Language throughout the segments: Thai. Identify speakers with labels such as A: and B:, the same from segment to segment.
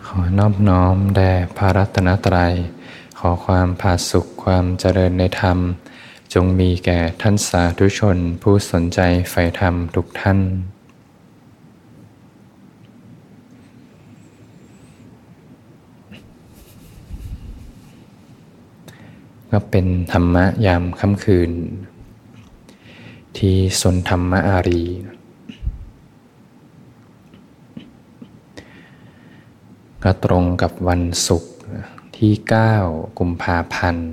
A: ขอนอบน้อมแด่พระรัตนตรัยขอความผาสุกความเจริญในธรรมจงมีแก่ท่านสาธุชนผู้สนใจใฝ่ธรรมทุกท่านก็เป็นธรรมะยามค่ำคืนที่สนธรรมอารีก็ตรงกับวันศุกร์ที่9กุมภาพันธ์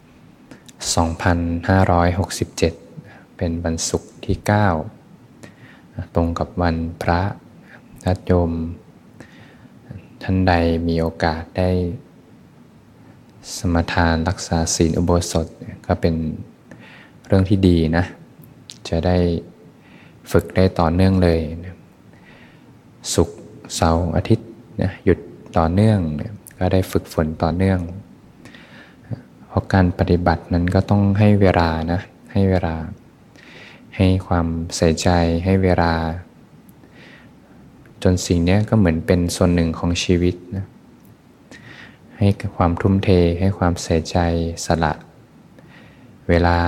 A: 2567เป็นวันศุกร์ที่9ตรงกับวันพระญาติโยมท่านใดมีโอกาสได้สมทานรักษาศีลอุโบสถก็เป็นเรื่องที่ดีนะจะได้ฝึกได้ต่อเนื่องเลยศุกร์เสาร์อาทิตย์หยุดต่อเนื่องก็ได้ฝึกฝนต่อเนื่องเพราะการปฏิบัตินั้นก็ต้องให้เวลานะให้เวลาให้ความใส่ใจให้เวลาจนสิ่งนี้ก็เหมือนเป็นส่วนหนึ่งของชีวิตนะให้ความทุ่มเทให้ความใส่ใจสละเวลา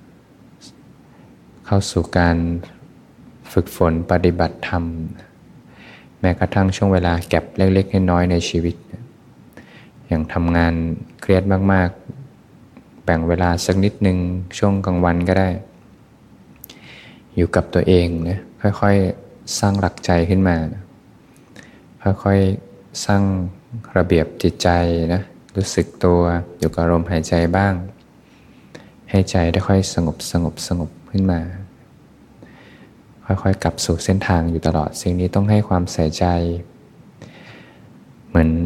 A: เข้าสู่การฝึกฝนปฏิบัติธรรมแม้กระทั่งช่วงเวลาแก็บเล็กๆน้อยๆในชีวิตอย่างทำงานเครียดมากๆแบ่งเวลาสักนิดนึงช่วงกลางวันก็ได้อยู่กับตัวเองนะค่อยๆสร้างหลักใจขึ้นมานะค่อยๆสร้างระเบียบจิตใจนะรู้สึกตัวอยู่กับลมหายใจบ้างให้ใจได้ค่อยสงบขึ้นมาค่อยๆกลับสู่เส้นทางอยู่ตลอดสิ่งนี้ต้องให้ความใส่ใจเหมือน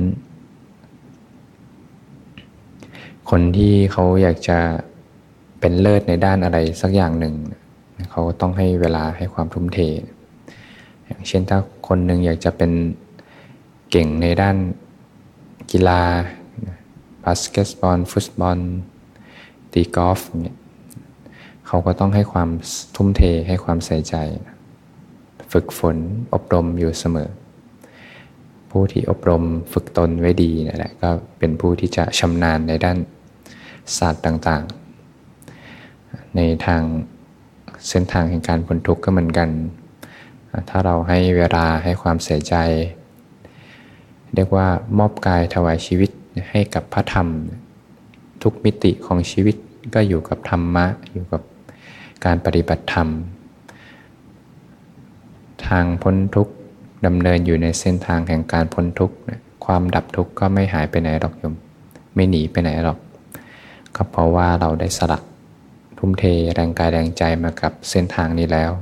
A: คนที่เขาอยากจะเป็นเลิศในด้านอะไรสักอย่างหนึ่งเขาต้องให้เวลาให้ความทุ่มเทอย่างเช่นถ้าคนหนึ่งอยากจะเป็นเก่งในด้านกีฬาบาสเกตบอลฟุตบอลตีกอล์ฟเนี่ยเขาก็ต้องให้ความทุ่มเทให้ความใส่ใจฝึกฝนอบรมอยู่เสมอผู้ที่อบรมฝึกตนไว้ดีนั่นแหละก็เป็นผู้ที่จะชำนาญในด้านศาสตร์ต่างๆในทางเส้นทางแห่งการพ้นทุกข์ก็เหมือนกันถ้าเราให้เวลาให้ความใส่ใจเรียกว่ามอบกายถวายชีวิตให้กับพระธรรมทุกมิติของชีวิตก็อยู่กับธรรมะอยู่กับการปฏิบัติธรรมทางพ้นทุกข์ดำเนินอยู่ในเส้นทางแห่งการพ้นทุกข์ความดับทุกข์ก็ไม่หายไปไหนหรอกโยมไม่หนีไปไหนหรอกก็เพราะว่าเราได้สละทุ่มเทแรงกายแรงใจมากับเส้นทางนี้แล้ว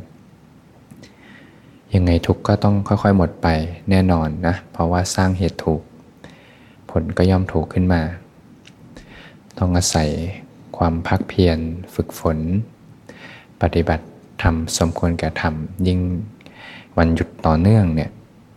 A: ยังไงทุกข์ก็ต้องค่อยๆหมดไปแน่นอนนะเพราะว่าสร้างเหตุถูกผลก็ย่อมถูกขึ้นมาต้องอาศัยความภาคเพียรฝึกฝนปฏิบัติธรรมสมควรแก่ธรรมยิ่งวันหยุดต่อเนื่องเนี่ย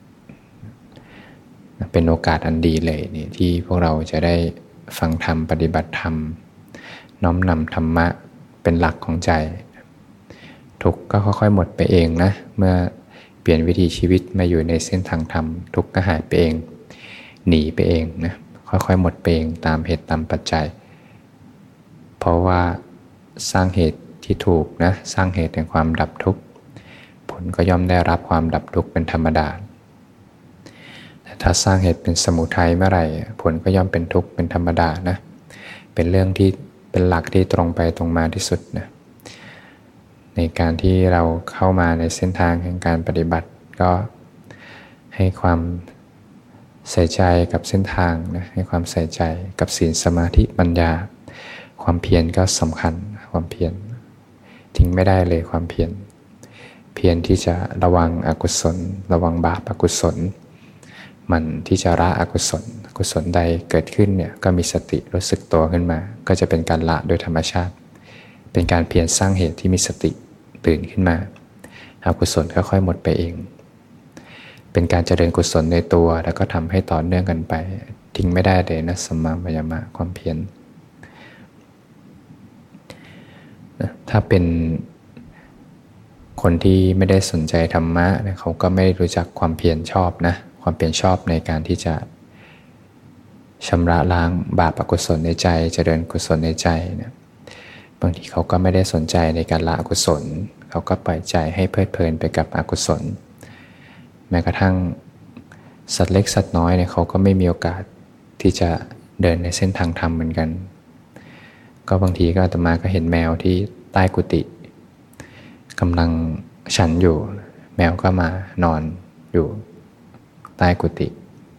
A: เป็นโอกาสอันดีเลยนี่ที่พวกเราจะได้ฟังธรรมปฏิบัติธรรมน้อมนำธรรมะเป็นหลักของใจทุกข์ก็ค่อยๆหมดไปเองนะเมื่อเปลี่ยนวิถีชีวิตมาอยู่ในเส้นทางธรรมทุกข์ก็หายไปเองหนีไปเองนะค่อยๆหมดไปเองตามเหตุตามปัจจัยเพราะว่าสร้างเหตุที่ถูกนะสร้างเหตุแห่งความดับทุกข์ผลก็ย่อมได้รับความดับทุกข์เป็นธรรมดาแต่ถ้าสร้างเหตุเป็นสมุทัยเมื่อไหร่ผลก็ย่อมเป็นทุกข์เป็นธรรมดานะเป็นเรื่องที่เป็นหลักที่ตรงไปตรงมาที่สุดนะในการที่เราเข้ามาในเส้นทางแห่งการปฏิบัติก็ให้ความใส่ใจกับเส้นทางนะให้ความใส่ใจกับศีลสมาธิปัญญาความเพียรก็สำคัญความเพียรทิ้งไม่ได้เลยความเพียรที่จะระวังอกุศลระวังบาปอกุศลมันที่จะละอกุศลใดเกิดขึ้นเนี่ยก็มีสติรู้สึกตัวขึ้นมาก็จะเป็นการละโดยธรรมชาติเป็นการเพียรสร้างเหตุที่มีสติตื่นขึ้นมาอกุศลค่อยๆหมดไปเองเป็นการเจริญกุศลในตัวแล้วก็ทำให้ต่อเนื่องกันไปทิ้งไม่ได้เลยนะสัมมาวยามะความเพียรถ้าเป็นคนที่ไม่ได้สนใจธรรมะเขาก็ไม่รู้จักความเพียรชอบนะความเพียรชอบในการที่จะชำระล้างบาปอกุศลในใจเจริญกุศลในใจนะบางทีเขาก็ไม่ได้สนใจในการละอกุศลเขาก็ปล่อยใจให้เพลิดเพลินไปกับอกุศลแม้กระทั่งสัตว์เล็กสัตว์น้อยเนี่ยเขาก็ไม่มีโอกาสที่จะเดินในเส้นทางธรรมเหมือนกันก็บางทีก็อาตมาก็เห็นแมวที่ใต้กุฏิกำลังฉันอยู่แมวก็มานอนอยู่ใต้กุฏิ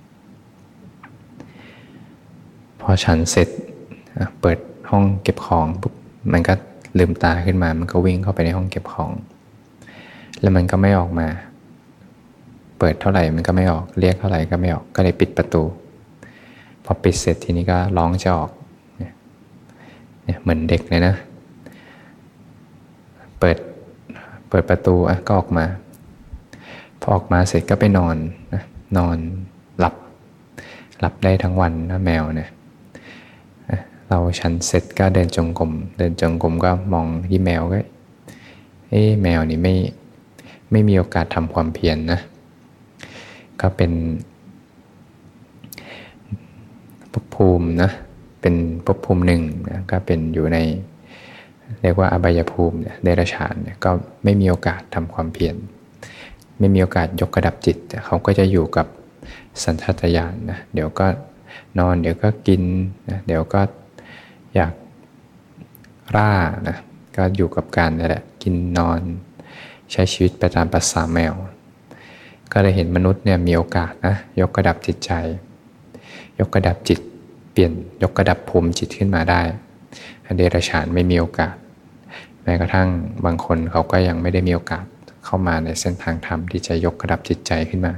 A: พอฉันเสร็จเปิดห้องเก็บของปุ๊บมันก็ลืมตาขึ้นมามันก็วิ่งเข้าไปในห้องเก็บของแล้วมันก็ไม่ออกมาเปิดเท่าไหร่มันก็ไม่ออกเรียกเท่าไหร่ก็ไม่ออกก็เลยปิดประตูพอปิดเสร็จทีนี้ก็ร้องจะออกเนี่ยเหมือนเด็กเลยนะเปิดประตูก็ออกมาพอออกมาเสร็จก็ไปนอนนอนหลับได้ทั้งวันนะแมวเนี่ยเราฉันเสร็จก็เดินจงกรมก็มองที่แมวก็แมวนี่ไม่มีโอกาสทำความเพียรนะก็เป็นภพภูมินะเป็นภพภูมิหนึ่งนะก็เป็นอยู่ในเรียกว่าอบายภูมิเดรัจฉานก็ไม่มีโอกาสทำความเพียรไม่มีโอกาสยกระดับจิตเขาก็จะอยู่กับสัญชาตญาณนะเดี๋ยวก็นอนเดี๋ยวก็กินนะเดี๋ยวก็อยากร่านะก็อยู่กับการนี่แหละกินนอนใช้ชีวิตไปตามภาษาแมวก็เลยเห็นมนุษย์เนี่ยมีโอกาสนะยกระดับจิตใจยกระดับจิตเปลี่ยนยกระดับภูมิจิตขึ้นมาได้เดรัจฉานไม่มีโอกาสแม้กระทั่งบางคนเขาก็ยังไม่ได้มีโอกาสเข้ามาในเส้นทางธรรมที่จะยกระดับจิตใจขึ้นมา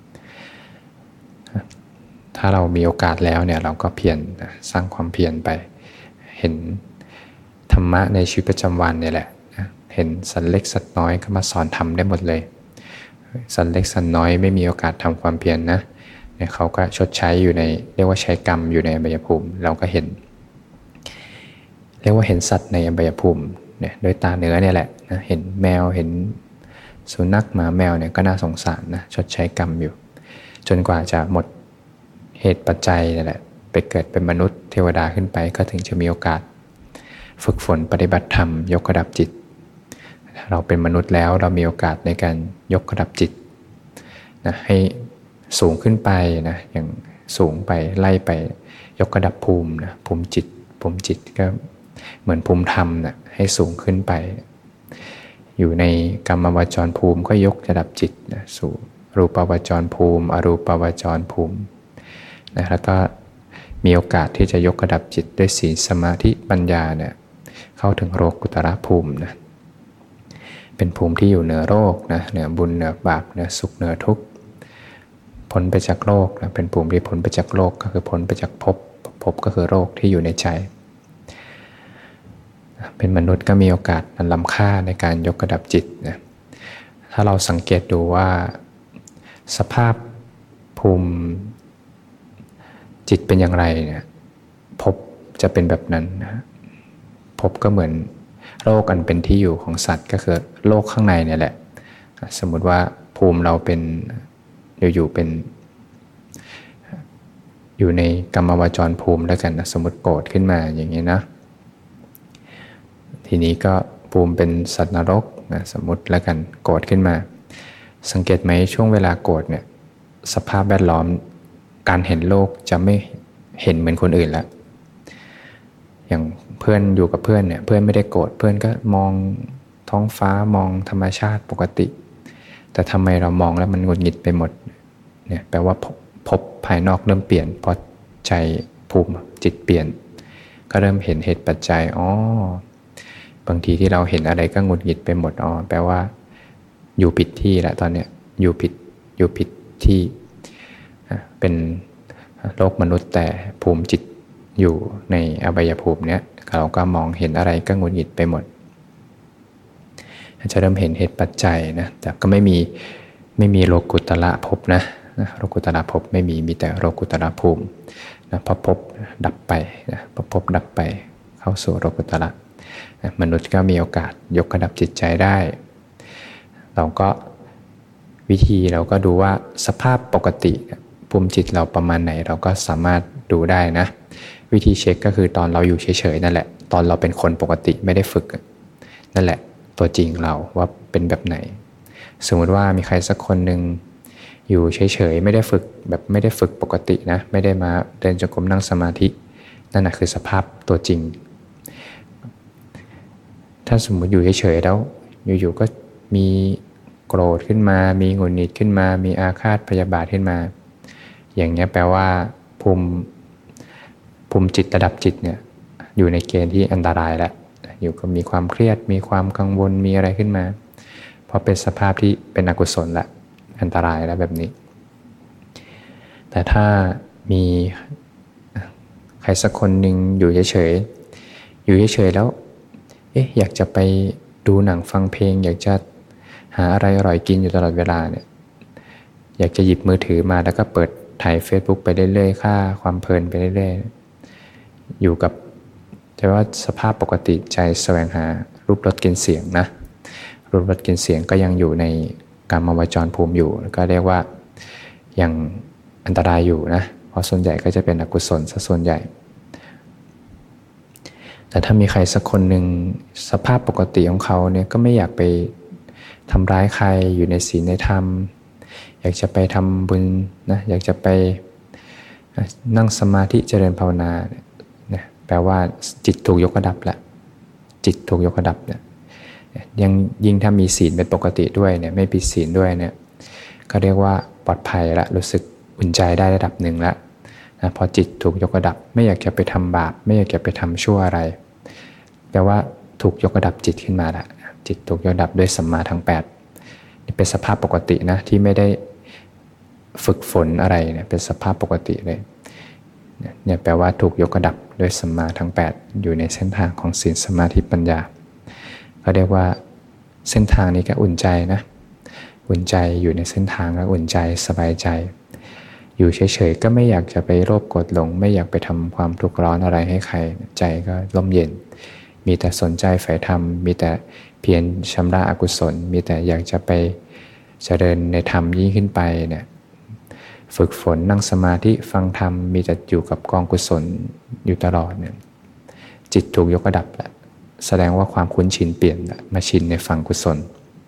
A: ถ้าเรามีโอกาสแล้วเนี่ยเราก็เพียรสร้างความเพียรไปเห็นธรรมะในชีวิตประจำวันเนี่ยแหละเห็นสัตว์เล็กสัตว์น้อยก็มาสอนทำได้หมดเลยสัตว์เล็กสัตว์น้อยไม่มีโอกาสทำความเพียรนะเนี่ยเขาก็ชดใช้อยู่ในเรียกว่าใช้กรรมอยู่ในอบายภูมิเราก็เห็นเรียกว่าเห็นสัตว์ในอบายภูมิเนี่ยโดยตาเนื้อเนี่ยแหละนะเห็นแมวเห็นสุนัขหมาแมวเนี่ยก็น่าสงสารนะชดใช้กรรมอยู่จนกว่าจะหมดเหตุปัจจัยนี่แหละไปเกิดเป็นมนุษย์เทวดาขึ้นไปก็ถึงจะมีโอกาสฝึกฝนปฏิบัติธรรมยกระดับจิตเราเป็นมนุษย์แล้วเรามีโอกาสในการยกระดับจิตนะให้สูงขึ้นไปนะอย่างสูงไปไล่ไปยกระดับภูมินะภูมิจิตก็เหมือนภูมิธรรมนะให้สูงขึ้นไปอยู่ในกรรมวจรภูมิก็ยกระดับจิตนะสู่รูปวจรภูมิอรูปวจรภูมินะแล้วก็มีโอกาสที่จะยกระดับจิตด้วยศีลสมาธิปัญญาเนี่ยเข้าถึงโลกุตระภูมินะเป็นภูมิที่อยู่เหนือโลกนะเหนือบุญเหนือบาปเหนือสุขเหนือทุกข์พ้นไปจากโลกนะเป็นภูมิที่พ้นไปจากโลกก็คือพ้นไปจากภพก็คือโลกที่อยู่ในใจเป็นมนุษย์ก็มีโอกาสอันล้ำค่าในการยกระดับจิตนะถ้าเราสังเกตดูว่าสภาพภูมิจิตเป็นอย่างไรเนี่ยภพจะเป็นแบบนั้นนะภพก็เหมือนโลกอันเป็นที่อยู่ของสัตว์ก็คือโลกข้างในเนี่ยแหละสมมุติว่าภูมิเราเป็นอยู่เป็นอยู่ในกรรมวจรภูมิแล้วกันนะสมมติโกรธขึ้นมาอย่างนี้นะทีนี้ก็ภูมิเป็นสัตว์นรกนะสมมติแล้วกันโกรธขึ้นมาสังเกตไหมช่วงเวลาโกรธเนี่ยสภาพแวดล้อมการเห็นโลกจะไม่เห็นเหมือนคนอื่นแล้วอย่างเพื่อนอยู่กับเพื่อนเนี่ยเพื่อนไม่ได้โกรธเพื่อนก็มองท้องฟ้ามองธรรมชาติปกติแต่ทำไมเรามองแล้วมันหงุดหงิดไปหมดเนี่ยแปลว่าภพภายนอกเริ่มเปลี่ยนเพราะใจภูมิจิตเปลี่ยนก็เริ่มเห็นเหตุปัจจัยบางทีที่เราเห็นอะไรก็หงุดหงิดไปหมดแปลว่าอยู่ผิดที่แล้วตอนเนี้ยอยู่ผิดที่เป็นโลกมนุษย์แต่ภูมิจิตอยู่ในอบายภูมิเนี้ยเราก็มองเห็นอะไรก็หงุดหงิดไปหมดจะเริ่มเห็นเหตุปัจจัยนะแต่ก็ไม่มีโลกุตระภพนะโลกุตระภพไม่มีแต่โลกุตระภูมินะพอภพดับไปนะพอภพดับไปเข้าสู่โลกุตระนะมนุษย์ก็มีโอกาสยกระดับจิตใจได้เราก็วิธีเราก็ดูว่าสภาพปกติภูมิจิตเราประมาณไหนเราก็สามารถดูได้นะวิธีเช็คก็คือตอนเราอยู่เฉยๆนั่นแหละตอนเราเป็นคนปกติไม่ได้ฝึกนั่นแหละตัวจริงเราว่าเป็นแบบไหนสมมติว่ามีใครสักคนหนึ่งอยู่เฉยๆไม่ได้ฝึกแบบไม่ได้ฝึกปกตินะไม่ได้มาเดินจงกรมนั่งสมาธินั่นนะคือสภาพตัวจริงถ้าสมมติอยู่เฉยๆแล้วอยู่ๆก็มีโกรธขึ้นมามีหงุดหงิดขึ้นมามีอาฆาตพยาบาทขึ้นมาอย่างนี้แปลว่าภูมิจิตระดับจิตเนี่ยอยู่ในเกณฑ์ที่อันตรายแล้วอยู่ก็มีความเครียดมีความกังวลมีอะไรขึ้นมาเพราะเป็นสภาพที่เป็นอกุศลละอันตรายแล้วแบบนี้แต่ถ้ามีใครสักคนหนึ่งอยู่เฉยๆแล้วอยากจะไปดูหนังฟังเพลงอยากจะหาอะไรอร่อยกินอยู่ตลอดเวลาเนี่ยอยากจะหยิบมือถือมาแล้วก็เปิดถ่าย Facebook ไปเรื่อยๆค่าความเพลินไปเรื่อยๆอยู่กับแต่ว่าสภาพปกติใจแสวงหารูปรสกลิ่นเสียงนะรูปรสกลิ่นเสียงก็ยังอยู่ในกามวจรภูมิอยู่ก็เรียกว่ายังอันตรายอยู่นะเพราะส่วนใหญ่ก็จะเป็นอกุศลซะส่วนใหญ่แต่ถ้ามีใครสักคนหนึ่งสภาพปกติของเขาเนี่ยก็ไม่อยากไปทำร้ายใครอยู่ในศีลในธรรมอยากจะไปทำบุญนะอยากจะไปนั่งสมาธิเจริญภาวนาเนี่ยแปลว่าจิตถูกยกระดับแล้วจิตถูกยกระดับเนี่ยยังยิ่งถ้ามีศีลเป็นปกติด้วยเนี่ยไม่ผิดศีลด้วยเนี่ยก็เรียกว่าปลอดภัยละรู้สึกอุ่นใจได้ระดับหนึ่งแล้วนะพอจิตถูกยกระดับไม่อยากจะไปทำบาปไม่อยากจะไปทำชั่วอะไรแปลว่าถูกยกระดับจิตขึ้นมาละจิตถูกยกระดับด้วยสัมมาทั้ง8นี่เป็นสภาพปกตินะที่ไม่ได้ฝึกฝนอะไรเนี่ยเป็นสภาพปกติเลยเนี่ยแปลว่าถูกยกระดับด้วยสัมมาทั้ง8อยู่ในเส้นทางของศีลสมาธิปัญญาก็เรียกว่าเส้นทางนี้ก็อุ่นใจนะอุ่นใจอยู่ในเส้นทางแล้วอุ่นใจสบายใจอยู่เฉยๆก็ไม่อยากจะไปโลภโกรธหลงไม่อยากไปทำความทุกข์ร้อนอะไรให้ใครใจก็ร่มเย็นมีแต่สนใจใฝ่ธรรมมีแต่เพียรชำระอกุศลมีแต่อยากจะไปเจริญในธรรมยิ่งขึ้นไปเนี่ยฝึกฝนนั่งสมาธิฟังธรรมมีแต่อยู่กับกองกุศลอยู่ตลอดเนี่ยจิตถูกยกระดับแล้วแสดงว่าความคุ้นชินเปลี่ยนมาชินในฝั่งกุศล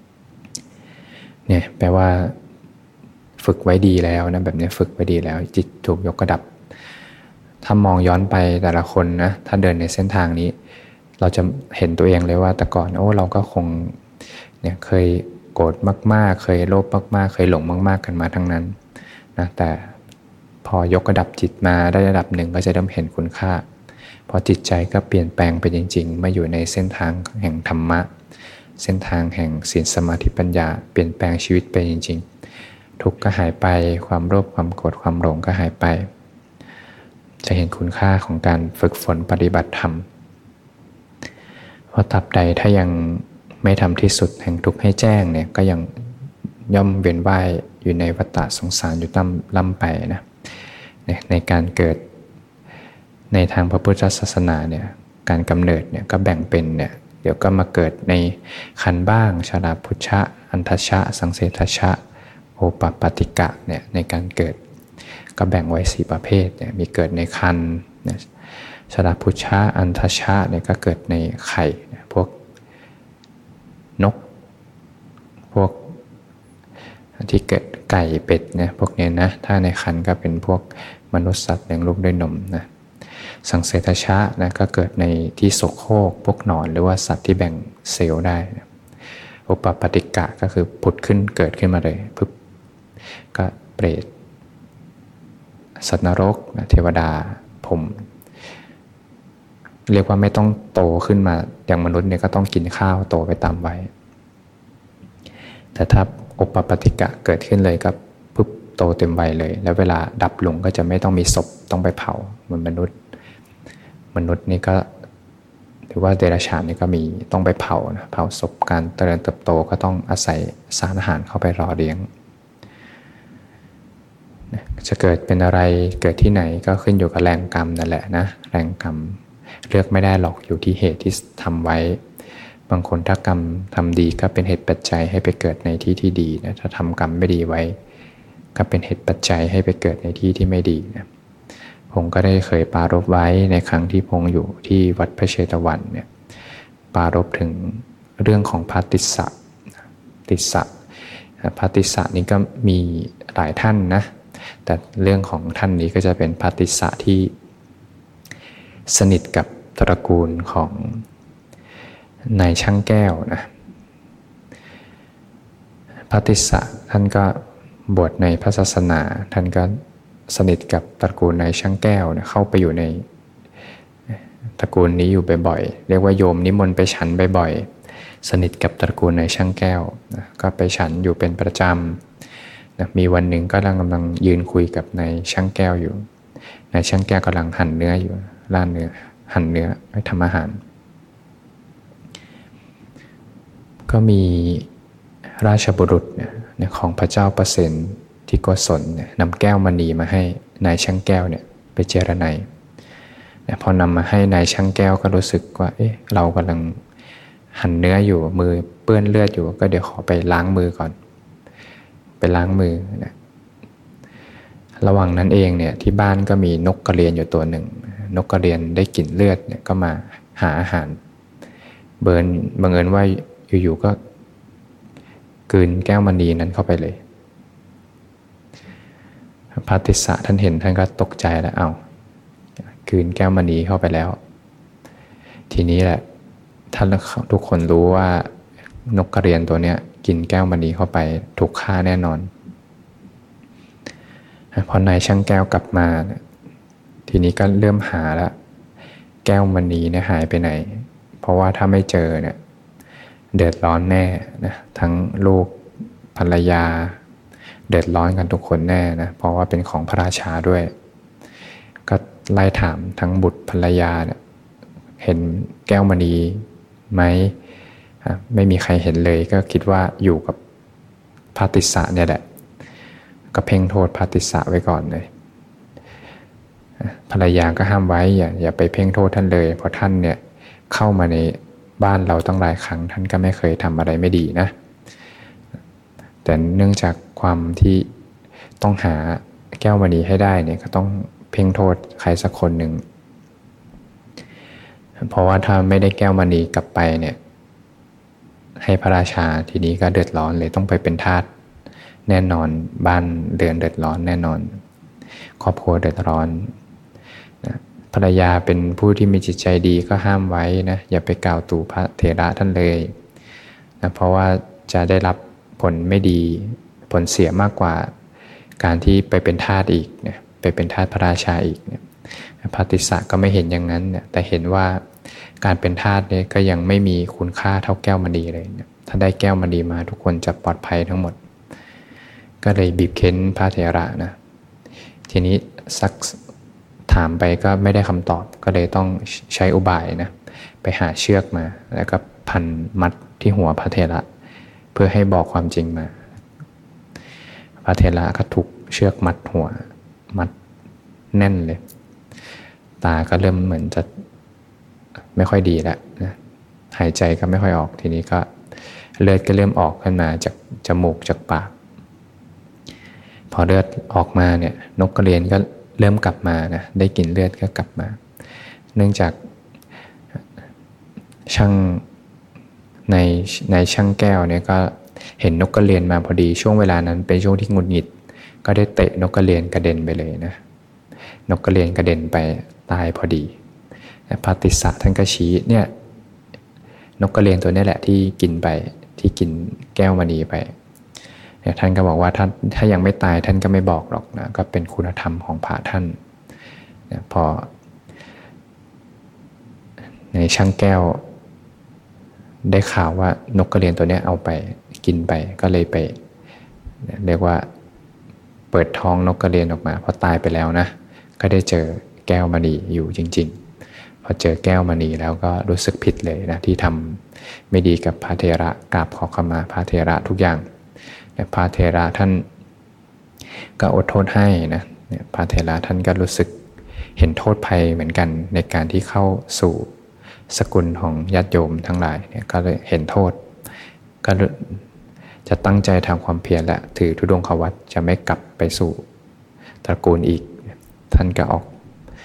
A: เนี่ยแปลว่าฝึกไว้ดีแล้วนะแบบนี้ฝึกไว้ดีแล้วจิตถูกยกระดับถ้ามองย้อนไปแต่ละคนนะถ้าเดินในเส้นทางนี้เราจะเห็นตัวเองเลยว่าแต่ก่อนเราก็คงเนี่ยเคยโกรธมากๆเคยโลภมากๆเคยหลงมากๆกันมาทั้งนั้นนะแต่พอยกระดับจิตมาได้ระดับหนึ่งก็จะเริ่มเห็นคุณค่าพอจิตใจก็เปลี่ยนแปลงไปจริงๆมาอยู่ในเส้นทางแห่งธรรมะเส้นทางแห่งศีลสมาธิปัญญาเปลี่ยนแปลงชีวิตไปจริงๆทุกข์ก็หายไปความโลภความโกรธความหลงก็หายไปจะเห็นคุณค่าของการฝึกฝนปฏิบัติธรรมเพราะตราบใดถ้ายังไม่ทำที่สุดแห่งทุกข์ให้แจ้งเนี่ยก็ยังย่อมเวียนว่ายอยู่ในวัฏฏะสงสารอยู่ล่ำไปนะในการเกิดในทางพระพุทธศาสนาเนี่ยการกำเนิดเนี่ยก็แบ่งเป็นเนี่ยเดี๋ยวก็มาเกิดในขันธ์บ้างชราพุชชะอันทชะสังเสทชะโอปปาติกะเนี่ยในการเกิดก็แบ่งไว้4ประเภทเนี่ยมีเกิดในขันธ์ชราพุชชะอันทชะเนี่ยก็เกิดในไข่พวกนกพวกที่เกิดไก่เป็ดเนี่ยพวกนี้นะถ้าในขันธ์ก็เป็นพวกมนุษย์สัตว์เลี้ยงลูกด้วยนมนะสังเสทชะนะก็เกิดในที่โสโครกพวกหนอนหรือว่าสัตว์ที่แบ่งเซลล์ได้นะโอปปาติกะก็คือผุดขึ้นเกิดขึ้นมาเลยปุ๊บก็เปรตสัตว์นรกนะเทวดาพรหมเรียกว่าไม่ต้องโตขึ้นมาอย่างมนุษย์เนี่ยก็ต้องกินข้าวโตไปตามวัยแต่ถ้าโอปปาติกะเกิดขึ้นเลยก็ปุ๊บโตเต็มวัยเลยแล้วเวลาดับลงก็จะไม่ต้องมีศพต้องไปเผาเหมือนมนุษย์นี่ก็หรือว่าเดรัจฉานนี่ก็มีต้องไปเผานะเผาศพการเจริญเติบโตก็ต้องอาศัยสารอาหารเข้าไปรอเลี้ยงจะเกิดเป็นอะไรเกิดที่ไหนก็ขึ้นอยู่กับแรงกรรมนั่นแหละนะแรงกรรมเลือกไม่ได้หรอกอยู่ที่เหตุที่ทำไว้บางคนถ้ากรรมทำดีก็เป็นเหตุปัจจัยให้ไปเกิดในที่ที่ดีนะถ้าทำกรรมไม่ดีไว้ก็เป็นเหตุปัจจัยให้ไปเกิดในที่ที่ไม่ดีนะเพราะงค์ก็ได้เคยปรารภไว้ในครั้งที่พงค์อยู่ที่วัดพระเชตวันเนี่ยปรารภถึงเรื่องของพระติสสะพระติสสะนี้ก็มีหลายท่านนะแต่เรื่องของท่านนี้ก็จะเป็นพระติสสะที่สนิทกับตระกูลของนายช่างแก้วนะพระติสสะท่านก็บวชในพระศาสนาท่านก็สนิทกับตระกูลนายช่างแก้วนะเข้าไปอยู่ในตระกูลนี้อยู่บ่อยๆเรียกว่าโยมนิมนต์ไปฉันบ่อยๆสนิทกับตระกูลนายช่างแก้วนะก็ไปฉันอยู่เป็นประจำนะมีวันหนึ่งก็กำลังยืนคุยกับนายช่างแก้วอยู่นายช่างแก้วกำลังหั่นเนื้ออยู่ล่าเนื้อหั่นเนื้อไว้ทำอาหารก็มีราชบุรุษเนี่ยของพระเจ้าประเสนที่โกศลเนี่ยนำแก้วมณีมาให้นายช่างแก้วเนี่ยไปเจรไนพอนำมาให้นายช่างแก้วก็รู้สึกว่าเรากำลังหั่นเนื้ออยู่มือเปื้อนเลือดอยู่ก็เดี๋ยวขอไปล้างมือก่อนไปล้างมือนะระหว่างนั้นเองเนี่ยที่บ้านก็มีนกกระเรียนอยู่ตัวหนึ่งนกกระเรียนได้กลิ่นเลือดเนี่ยก็มาหาอาหารบังเอิญว่าอยู่ๆก็กลืนแก้วมณีนั้นเข้าไปเลยพระติสสะท่านเห็นท่านก็ตกใจแล้วกลืนแก้วมณีเข้าไปแล้วทีนี้แหละท่านทุกคนรู้ว่านกกระเรียนตัวเนี้ยกินแก้วมณีเข้าไปถูกฆ่าแน่นอนพอนายช่างแก้วกลับมาทีนี้ก็เริ่มหาแล้วแก้วมณีเนี่ยหายไปไหนเพราะว่าถ้าไม่เจอเนี่ยเดือดร้อนแน่นะทั้งลูกภรรยาเดือดร้อนกันทุกคนแน่นะเพราะว่าเป็นของพระราชาด้วยก็ไล่ถามทั้งบุตรภรรยาเนี่ยเห็นแก้วมณีไหมไม่มีใครเห็นเลยก็คิดว่าอยู่กับพระติสสะเนี่ยแหละก็เพ่งโทษพระติสสะไว้ก่อนเลยภรรยาก็ห้ามไว้อย่าไปเพ่งโทษท่านเลยเพราะท่านเนี่ยเข้ามาในบ้านเราตั้งหลายครั้งท่านก็ไม่เคยทำอะไรไม่ดีนะแต่เนื่องจากความที่ต้องหาแก้วมณีให้ได้เนี่ยก็ต้องเพ่งโทษใครสักคนหนึ่งเพราะว่าถ้าไม่ได้แก้วมณีกลับไปเนี่ยให้พระราชาทีนี้ก็เดือดร้อนเลยต้องไปเป็นทาสแน่นอนบ้านเรือนเดือดร้อนแน่นอนครอบครัวเดือดร้อนนะภรรยาเป็นผู้ที่มีจิตใจดีก็ห้ามไว้นะอย่าไปกล่าวตู่พระเถระท่านเลยนะเพราะว่าจะได้รับผลไม่ดีผลเสียมากกว่าการที่ไปเป็นทาสอีกเนี่ยไปเป็นทาสพระราชาอีกเนี่ยพระติสสะก็ไม่เห็นอย่างนั้นเนี่ยแต่เห็นว่าการเป็นทาสเนี่ยก็ยังไม่มีคุณค่าเท่าแก้วมณีเลยเนี่ยถ้าได้แก้วมณีมาทุกคนจะปลอดภัยทั้งหมดก็เลยบีบเค้นพระเถระนะทีนี้ซักถามไปก็ไม่ได้คำตอบก็เลยต้องใช้อุบายนะไปหาเชือกมาแล้วก็พันมัดที่หัวพระเถระเพื่อให้บอกความจริงมาพระเถระก็ถูกเชือกมัดหัวมัดแน่นเลยตาก็เริ่มเหมือนจะไม่ค่อยดีแล้วนะหายใจก็ไม่ค่อยออกทีนี้ก็เลือดก็เริ่มออกขึ้นมาจากจมูกจากปากพอเลือดออกมาเนี่ยนกกระเรียนก็เริ่มกลับมานะได้กลิ่นเลือดก็กลับมาเนื่องจากช่างในช่างแก้วเนี่ยก็เห็นนกกระเรียนมาพอดีช่วงเวลานั้นเป็นช่วงที่หงุดหงิดก็ได้เตะนกกระเรียนกระเด็นไปเลยนะนกกระเรียนกระเด็นไปตายพอดีพระติสสะท่านก็ชี้เนี่ยนกกระเรียนตัวนี้แหละที่กินไปที่กินแก้วมณีไปท่านก็บอกว่าถ้ายังไม่ตายท่านก็ไม่บอกหรอกนะก็เป็นคุณธรรมของพระท่านพอในช่างแก้วได้ข่าวว่านกกระเรียนตัวนี้เอาไปกินไปก็เลยไปเรียกว่าเปิดท้องนกกระเรียนออกมาพอตายไปแล้วนะก็ได้เจอแก้วมณีอยู่จริงๆพอเจอแก้วมณีแล้วก็รู้สึกผิดเลยนะที่ทำไม่ดีกับพระเถระกราบขอขมาพระเถระทุกอย่างพระเถระท่านก็อดโทษให้นะพระเถระท่านก็รู้สึกเห็นโทษภัยเหมือนกันในการที่เข้าสู่สกุลของญาติโยมทั้งหลายเนี่ยก็เลยเห็นโทษก็จะตั้งใจทำความเพียรและถือธุดงควัตรจะไม่กลับไปสู่ตระกูลอีกท่านก็ออก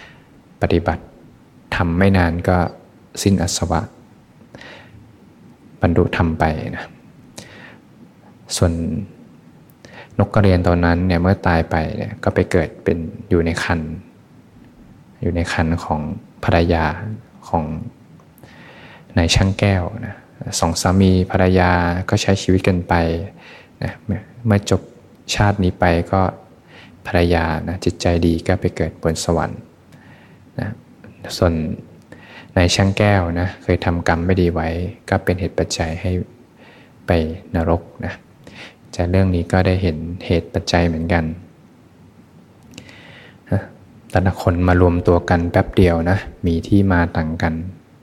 A: ปฏิบัติทำไม่นานก็สิ้นอาสวะบรรลุธรรมไปนะส่วนนกกระเรียนตอนนั้นเนี่ยเมื่อตายไปเนี่ยก็ไปเกิดเป็นอยู่ในครรภ์ของภรรยาของนายช่างแก้วนะสองสามีภรรยาก็ใช้ชีวิตกันไปนะเมื่อจบชาตินี้ไปก็ภรรยานะจิตใจดีก็ไปเกิดบนสวรรค์นะส่วนนายช่างแก้วนะเคยทำกรรมไม่ดีไว้ก็เป็นเหตุปัจจัยให้ไปนรกนะจากเรื่องนี้ก็ได้เห็นเหตุปัจจัยเหมือนกันแต่ละคนมารวมตัวกันแป๊บเดียวนะมีที่มาต่างกัน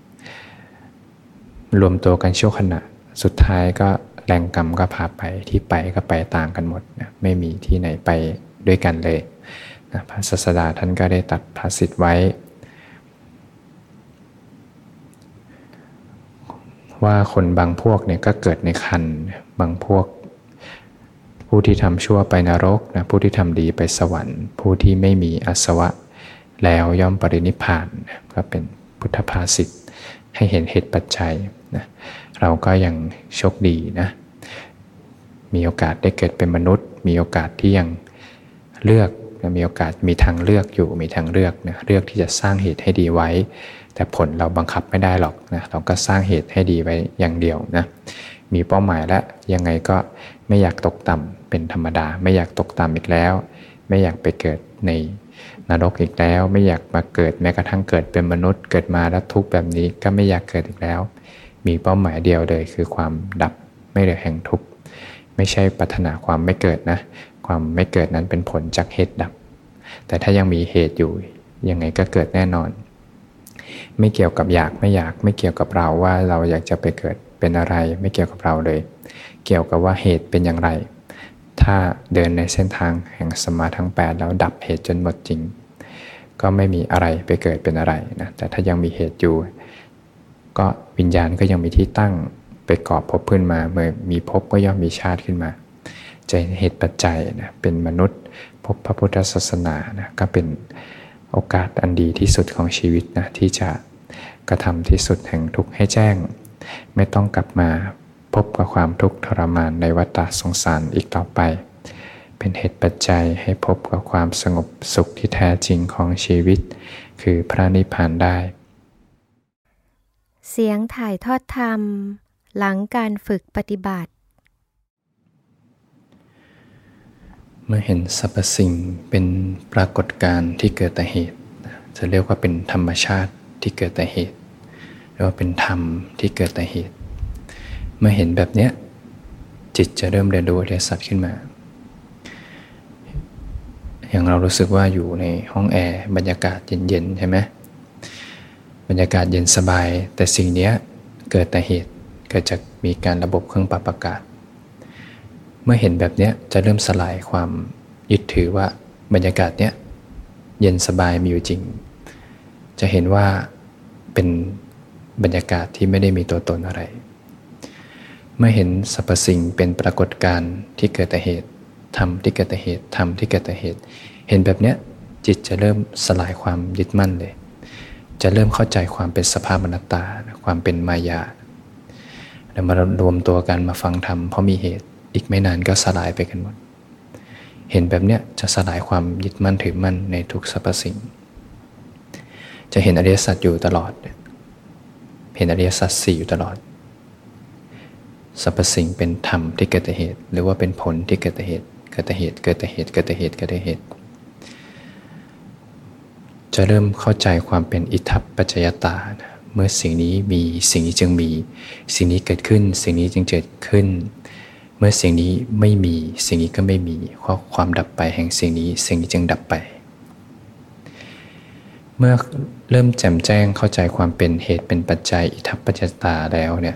A: รวมตัวกันชั่วขณะสุดท้ายก็แรงกรรมก็พาไปที่ไปก็ไปต่างกันหมดนะไม่มีที่ไหนไปด้วยกันเลยนะพระศาสดาท่านก็ได้ตรัสภาษิตไว้ว่าคนบางพวกเนี่ยก็เกิดในครรภ์บางพวกผู้ที่ทำชั่วไปนรกนะผู้ที่ทำดีไปสวรรค์ผู้ที่ไม่มีอาสวะแล้วย่อมปรินิพพานก็เป็นพุทธภาษิตให้เห็นเหตุปัจจัยนะเราก็ยังโชคดีนะมีโอกาสได้เกิดเป็นมนุษย์มีโอกาสที่ยังเลือกมีโอกาสมีทางเลือกอยู่มีทางเลือกนะเลือกที่จะสร้างเหตุให้ดีไว้แต่ผลเราบังคับไม่ได้หรอกนะเราก็สร้างเหตุให้ดีไว้อย่างเดียวนะมีเป้าหมายแล้วยังไงก็ไม่อยากตกต่ำเป็นธรรมดาไม่อยากตกต่ำอีกแล้วไม่อยากไปเกิดในนรกอีกแล้วไม่อยากมาเกิดแม้กระทั่งเกิดเป็นมนุษย์เกิดมาแล้วทุกข์แบบนี้ก็ไม่อยากเกิดอีกแล้วมีเป้าหมายเดียวเลยคือความดับไม่เหลือแห่งทุกข์ไม่ใช่ปรารถนาความไม่เกิดนะความไม่เกิดนั้นเป็นผลจากเหตุดับแต่ถ้ายังมีเหตุอยู่ยังไงก็เกิดแน่นอนไม่เกี่ยวกับอยากไม่อยากไม่เกี่ยวกับเราว่าเราอยากจะไปเกิดเป็นอะไรไม่เกี่ยวกับเราเลยเกี่ยวกับว่าเหตุเป็นอย่างไรถ้าเดินในเส้นทางแห่งสมาทั้ง8แล้วดับเหตุจนหมดจริงก็ไม่มีอะไรไปเกิดเป็นอะไรนะแต่ถ้ายังมีเหตุอยู่ก็วิญญาณก็ยังมีที่ตั้งไปก่อภพขึ้นมาเมื่อมีภพก็ย่อมมีชาติขึ้นมาจะเห็นเหตุปัจจัยนะเป็นมนุษย์พบพระพุทธศาสนานะก็เป็นโอกาสอันดีที่สุดของชีวิตนะที่จะกระทำที่สุดแห่งทุกข์ให้แจ้งไม่ต้องกลับมาพบกับความทุกข์ทรมานในวัฏสงสารอีกต่อไปเป็นเหตุปัจจัยให้พบกับความสงบสุขที่แท้จริงของชีวิตคือพระนิพพานได้
B: เสียงถ่ายทอดธรรมหลังการฝึกปฏิบัติ
A: เมื่อเห็นสรรพสิ่งเป็นปรากฏการณ์ที่เกิดแต่เหตุจะเรียกว่าเป็นธรรมชาติที่เกิดแต่เหตุหรือว่าเป็นธรรมที่เกิดแต่เหตุเมื่อเห็นแบบนี้จิตจะเริ่มเรียนรู้อริยสัจขึ้นมาอย่างเรารู้สึกว่าอยู่ในห้องแอร์บรรยากาศเย็นๆใช่ไหมบรรยากาศเย็นสบายแต่สิ่งนี้เกิดแต่เหตุเกิดจากมีการระบบเครื่องปรับอากาศเมื่อเห็นแบบนี้จะเริ่มสลายความยึดถือว่าบรรยากาศเนี้ยเย็นสบายมีอยู่จริงจะเห็นว่าเป็นบรรยากาศที่ไม่ได้มีตัวตนอะไรเมื่อเห็นสรรพสิ่งเป็นปรากฏการณ์ที่เกิดแต่เหตุธรรมที่เกิดแต่เหตุธรรมที่เกิดแต่เหตุเห็นแบบเนี้ยจิตจะเริ่มสลายความยึดมั่นเลยจะเริ่มเข้าใจความเป็นสภาพอนัตตาความเป็นมายาแล้วมารวมตัวกันมาฟังธรรมเพราะมีเหตุอีกไม่นานก็สลายไปกันหมดเห็นแบบเนี้ยจะสลายความยึดมั่นถือมั่นในทุกสรรพสิ่งจะเห็นอริยสัจอยู่ตลอดเห็นอริยสัจ4อยู่ตลอดสรรพสิ่งเป็นธรรมที่เกิดแต่เหตุหรือว่าเป็นผลที่เกิดแต่เหตุเกิดแต่เหตุเกิดแต่เหตุเกิดแต่เหตุเกิดแต่เหตุจะเริ่มเข้าใจความเป็นอิทัปปัจจยตาเมื่อสิ่งนี้มีสิ่งนี้จึงมีสิ่งนี้เกิดขึ้นสิ่งนี้จึงเกิดขึ้นเมื่อสิ่งนี้ไม่มีสิ่งนี้ก็ไม่มีเพราะความดับไปแห่งสิ่งนี้สิ่งนี้จึงดับไปเมื่อเริ่มแจ่มแจ้งเข้าใจความเป็นเหตุเป็นปัจจัยอิทัปปัจจยตาแล้วเนี่ย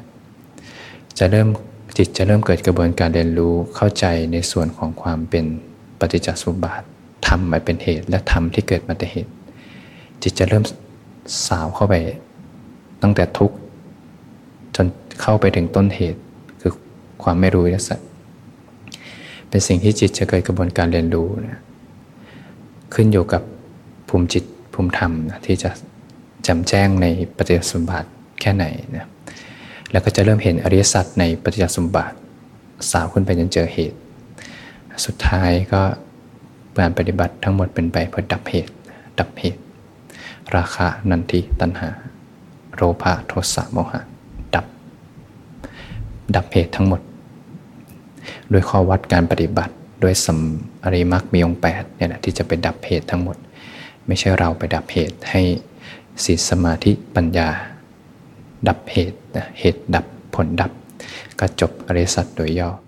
A: จิตจะเริ่มเกิดกระบวนการเรียนรู้เข้าใจในส่วนของความเป็นปฏิจจสมุปบาทธรรมมาเป็นเหตุและธรรมที่เกิดมาแต่เหตุจิตจะเริ่มสาวเข้าไปตั้งแต่ทุกข์จนเข้าไปถึงต้นเหตุคือความไม่รู้อริยสัจเป็นสิ่งที่จิตจะเกิดกระบวนการเรียนรู้นะขึ้นอยู่กับภูมิจิตภูมิธรรมนะที่จะแจ่มแจ้งในปฏิจจสมุปบาทแค่ไหนนะแล้วก็จะเริ่มเห็นอริยสัจในปฏิจจสมุปบาทสาวขึ้นไปจนเจอเหตุสุดท้ายก็การปฏิบัติทั้งหมดเป็นไปเพื่อดับเหตุราคะนันทิตัณหาโลภะโทสะโมหะดับเหตุทั้งหมดโดยข้อวัดการปฏิบัติด้วยอริยมรรคมีองค์8เนี่ยแหละที่จะไปดับเหตุทั้งหมดไม่ใช่เราไปดับเหตุให้ศีลสมาธิปัญญาดับเหตุนะเหตุดับผลดับก็จบอริยสัจโดยย่อ